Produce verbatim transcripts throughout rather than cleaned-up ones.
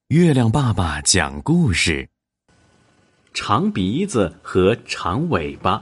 月亮爸爸讲故事： 长鼻子和长尾巴。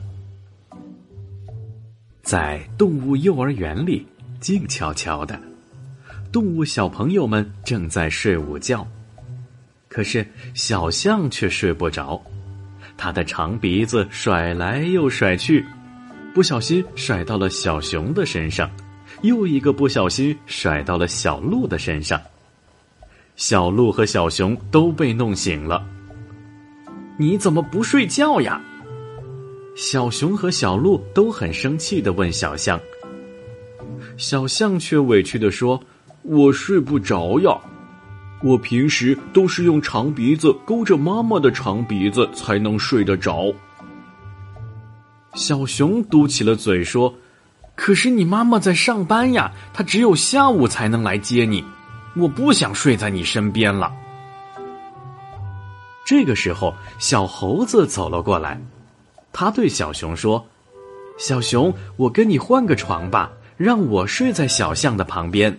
在动物幼儿园里，静悄悄的，动物小朋友们正在睡午觉。可是小象却睡不着，它的长鼻子甩来又甩去，不小心甩到了小熊的身上，又一个不小心甩到了小鹿的身上。小鹿和小熊都被弄醒了。你怎么不睡觉呀？小熊和小鹿都很生气地问小象。小象却委屈地说：我睡不着呀，我平时都是用长鼻子勾着妈妈的长鼻子才能睡得着。小熊嘟起了嘴说：可是你妈妈在上班呀，她只有下午才能来接你，我不想睡在你身边了。这个时候，小猴子走了过来，他对小熊说：小熊，我跟你换个床吧，让我睡在小象的旁边。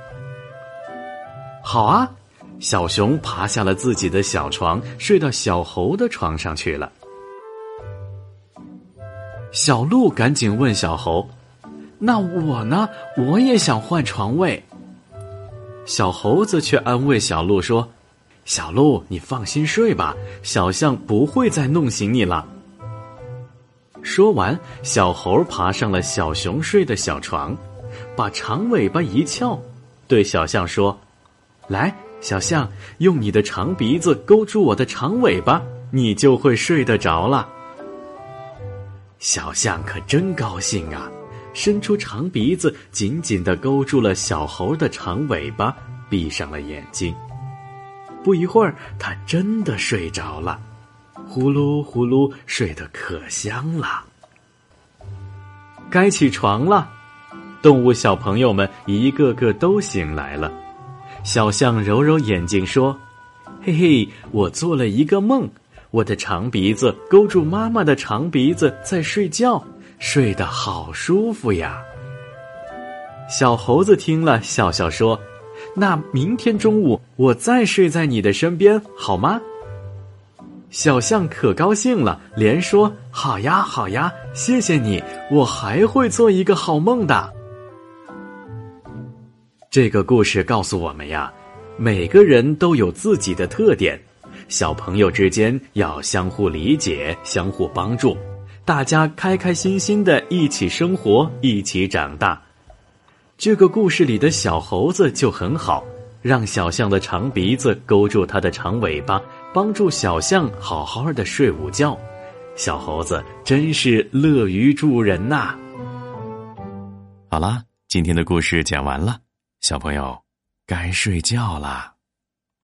好啊，小熊爬下了自己的小床，睡到小猴的床上去了。小鹿赶紧问小猴：那我呢？我也想换床位。小猴子却安慰小鹿说：小鹿，你放心睡吧，小象不会再弄醒你了。说完，小猴爬上了小熊睡的小床，把长尾巴一翘，对小象说：来，小象，用你的长鼻子勾住我的长尾巴，你就会睡得着了。小象可真高兴啊，伸出长鼻子紧紧地勾住了小猴的长尾巴，闭上了眼睛。不一会儿，它真的睡着了，呼噜呼噜睡得可香了。该起床了，动物小朋友们一个个都醒来了。小象揉揉眼睛说：嘿嘿，我做了一个梦，我的长鼻子勾住妈妈的长鼻子在睡觉，睡得好舒服呀。小猴子听了笑笑说：那明天中午我再睡在你的身边好吗？小象可高兴了，连说：好呀好呀，谢谢你，我还会做一个好梦的。这个故事告诉我们呀，每个人都有自己的特点，小朋友之间要相互理解，相互帮助，大家开开心心的一起生活，一起长大。这个故事里的小猴子就很好，让小象的长鼻子勾住它的长尾巴，帮助小象好好的睡午觉。小猴子真是乐于助人呐。 好啦，今天的故事讲完了，小朋友该睡觉啦。